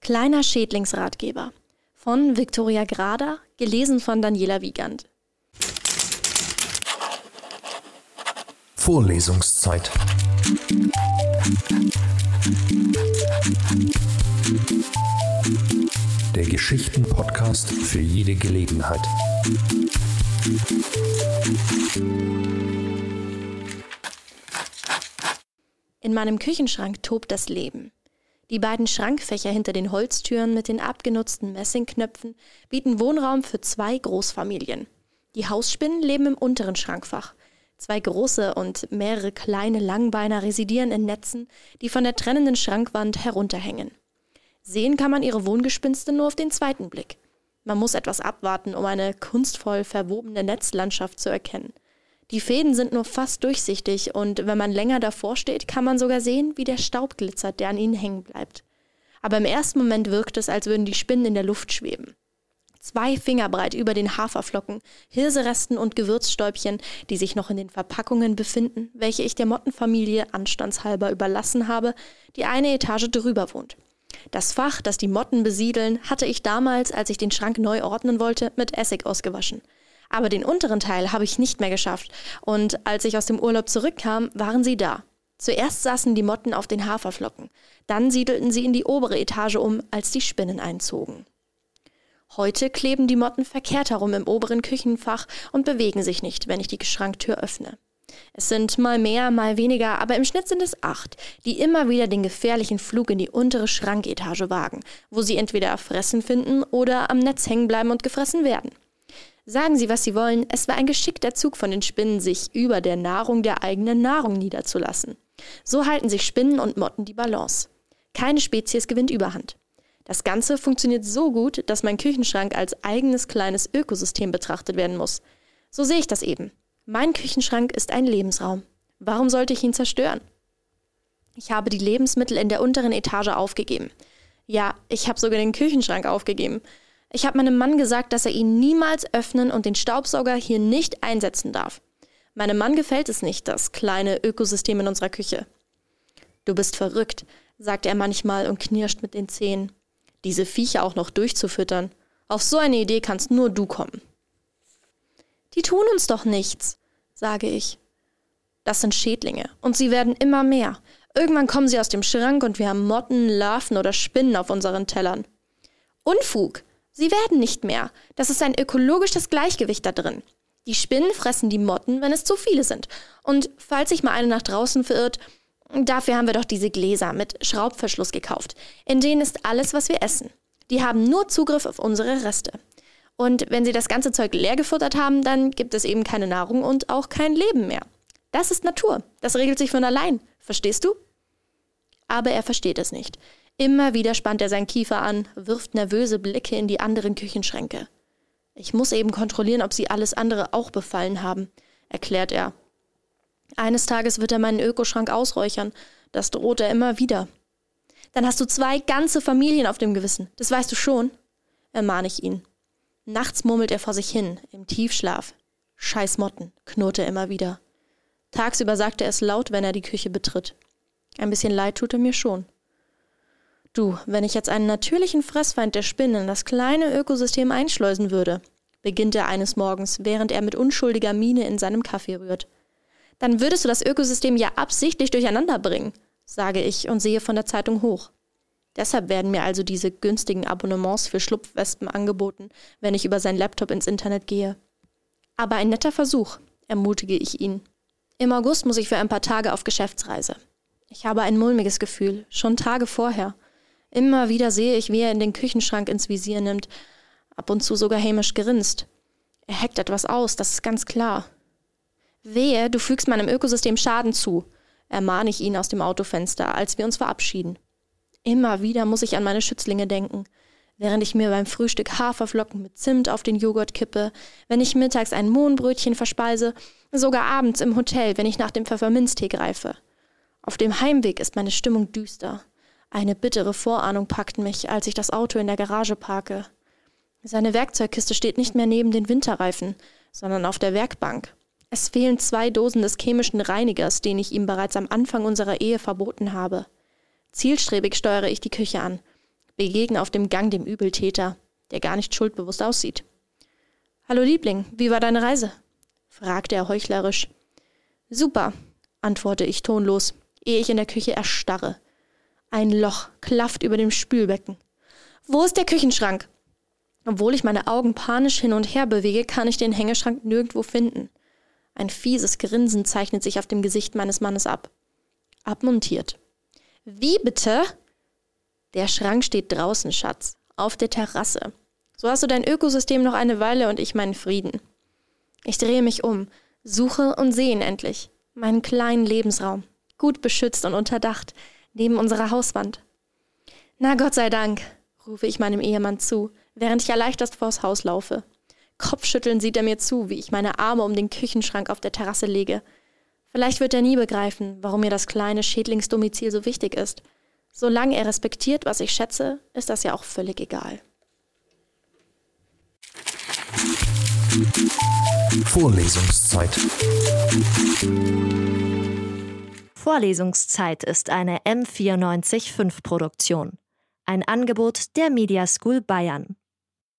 Kleiner Schädlingsratgeber von Viktoria Grader, gelesen von Daniela Wiegand. Vorlesungszeit. Der Geschichten-Podcast für jede Gelegenheit. In meinem Küchenschrank tobt das Leben. Die beiden Schrankfächer hinter den Holztüren mit den abgenutzten Messingknöpfen bieten Wohnraum für 2 Großfamilien. Die Hausspinnen leben im unteren Schrankfach. 2 große und mehrere kleine Langbeiner residieren in Netzen, die von der trennenden Schrankwand herunterhängen. Sehen kann man ihre Wohngespinste nur auf den zweiten Blick. Man muss etwas abwarten, um eine kunstvoll verwobene Netzlandschaft zu erkennen. Die Fäden sind nur fast durchsichtig und wenn man länger davor steht, kann man sogar sehen, wie der Staub glitzert, der an ihnen hängen bleibt. Aber im ersten Moment wirkt es, als würden die Spinnen in der Luft schweben. 2 Finger breit über den Haferflocken, Hirseresten und Gewürzstäubchen, die sich noch in den Verpackungen befinden, welche ich der Mottenfamilie anstandshalber überlassen habe, die eine Etage drüber wohnt. Das Fach, das die Motten besiedeln, hatte ich damals, als ich den Schrank neu ordnen wollte, mit Essig ausgewaschen. Aber den unteren Teil habe ich nicht mehr geschafft und als ich aus dem Urlaub zurückkam, waren sie da. Zuerst saßen die Motten auf den Haferflocken, dann siedelten sie in die obere Etage um, als die Spinnen einzogen. Heute kleben die Motten verkehrt herum im oberen Küchenfach und bewegen sich nicht, wenn ich die Schranktür öffne. Es sind mal mehr, mal weniger, aber im Schnitt sind es 8, die immer wieder den gefährlichen Flug in die untere Schranketage wagen, wo sie entweder Fressen finden oder am Netz hängen bleiben und gefressen werden. Sagen Sie, was Sie wollen, es war ein geschickter Zug von den Spinnen, sich über der Nahrung der eigenen Nahrung niederzulassen. So halten sich Spinnen und Motten die Balance. Keine Spezies gewinnt Überhand. Das Ganze funktioniert so gut, dass mein Küchenschrank als eigenes kleines Ökosystem betrachtet werden muss. So sehe ich das eben. Mein Küchenschrank ist ein Lebensraum. Warum sollte ich ihn zerstören? Ich habe die Lebensmittel in der unteren Etage aufgegeben. Ja, ich habe sogar den Küchenschrank aufgegeben. Ich habe meinem Mann gesagt, dass er ihn niemals öffnen und den Staubsauger hier nicht einsetzen darf. Meinem Mann gefällt es nicht, das kleine Ökosystem in unserer Küche. Du bist verrückt, sagt er manchmal und knirscht mit den Zähnen. Diese Viecher auch noch durchzufüttern. Auf so eine Idee kannst nur du kommen. Die tun uns doch nichts, sage ich. Das sind Schädlinge und sie werden immer mehr. Irgendwann kommen sie aus dem Schrank und wir haben Motten, Larven oder Spinnen auf unseren Tellern. Unfug! Sie werden nicht mehr. Das ist ein ökologisches Gleichgewicht da drin. Die Spinnen fressen die Motten, wenn es zu viele sind. Und falls sich mal eine nach draußen verirrt, dafür haben wir doch diese Gläser mit Schraubverschluss gekauft. In denen ist alles, was wir essen. Die haben nur Zugriff auf unsere Reste. Und wenn sie das ganze Zeug leer gefuttert haben, dann gibt es eben keine Nahrung und auch kein Leben mehr. Das ist Natur. Das regelt sich von allein. Verstehst du? Aber er versteht es nicht. Immer wieder spannt er seinen Kiefer an, wirft nervöse Blicke in die anderen Küchenschränke. Ich muss eben kontrollieren, ob sie alles andere auch befallen haben, erklärt er. Eines Tages wird er meinen Ökoschrank ausräuchern. Das droht er immer wieder. Dann hast du 2 ganze Familien auf dem Gewissen. Das weißt du schon, ermahne ich ihn. Nachts murmelt er vor sich hin, im Tiefschlaf. Scheiß Motten, knurrt er immer wieder. Tagsüber sagt er es laut, wenn er die Küche betritt. Ein bisschen leid tut er mir schon. Du, wenn ich jetzt einen natürlichen Fressfeind der Spinnen in das kleine Ökosystem einschleusen würde, beginnt er eines Morgens, während er mit unschuldiger Miene in seinem Kaffee rührt. Dann würdest du das Ökosystem ja absichtlich durcheinander bringen, sage ich und sehe von der Zeitung hoch. Deshalb werden mir also diese günstigen Abonnements für Schlupfwespen angeboten, wenn ich über seinen Laptop ins Internet gehe. Aber ein netter Versuch, ermutige ich ihn. Im August muss ich für ein paar Tage auf Geschäftsreise. Ich habe ein mulmiges Gefühl, schon Tage vorher. Immer wieder sehe ich, wie er in den Küchenschrank ins Visier nimmt, ab und zu sogar hämisch grinst. Er hackt etwas aus, das ist ganz klar. Wehe, du fügst meinem Ökosystem Schaden zu, ermahne ich ihn aus dem Autofenster, als wir uns verabschieden. Immer wieder muss ich an meine Schützlinge denken, während ich mir beim Frühstück Haferflocken mit Zimt auf den Joghurt kippe, wenn ich mittags ein Mohnbrötchen verspeise, sogar abends im Hotel, wenn ich nach dem Pfefferminztee greife. Auf dem Heimweg ist meine Stimmung düster. Eine bittere Vorahnung packt mich, als ich das Auto in der Garage parke. Seine Werkzeugkiste steht nicht mehr neben den Winterreifen, sondern auf der Werkbank. Es fehlen 2 Dosen des chemischen Reinigers, den ich ihm bereits am Anfang unserer Ehe verboten habe. Zielstrebig steuere ich die Küche an. begegne auf dem Gang dem Übeltäter, der gar nicht schuldbewusst aussieht. »Hallo Liebling, wie war deine Reise?« fragte er heuchlerisch. »Super«, antworte ich tonlos, ehe ich in der Küche erstarre. Ein Loch klafft über dem Spülbecken. »Wo ist der Küchenschrank?« Obwohl ich meine Augen panisch hin und her bewege, kann ich den Hängeschrank nirgendwo finden. Ein fieses Grinsen zeichnet sich auf dem Gesicht meines Mannes ab. Abmontiert. »Wie bitte?« »Der Schrank steht draußen, Schatz, auf der Terrasse. So hast du dein Ökosystem noch eine Weile und ich meinen Frieden.« Ich drehe mich um, suche und sehe ihn endlich. Meinen kleinen Lebensraum, gut beschützt und unterdacht, neben unserer Hauswand. »Na Gott sei Dank«, rufe ich meinem Ehemann zu, während ich erleichtert vors Haus laufe. Kopfschüttelnd sieht er mir zu, wie ich meine Arme um den Küchenschrank auf der Terrasse lege. Vielleicht wird er nie begreifen, warum mir das kleine Schädlingsdomizil so wichtig ist. Solange er respektiert, was ich schätze, ist das ja auch völlig egal. Vorlesungszeit. Vorlesungszeit ist eine M94.5 Produktion. Ein Angebot der Media School Bayern.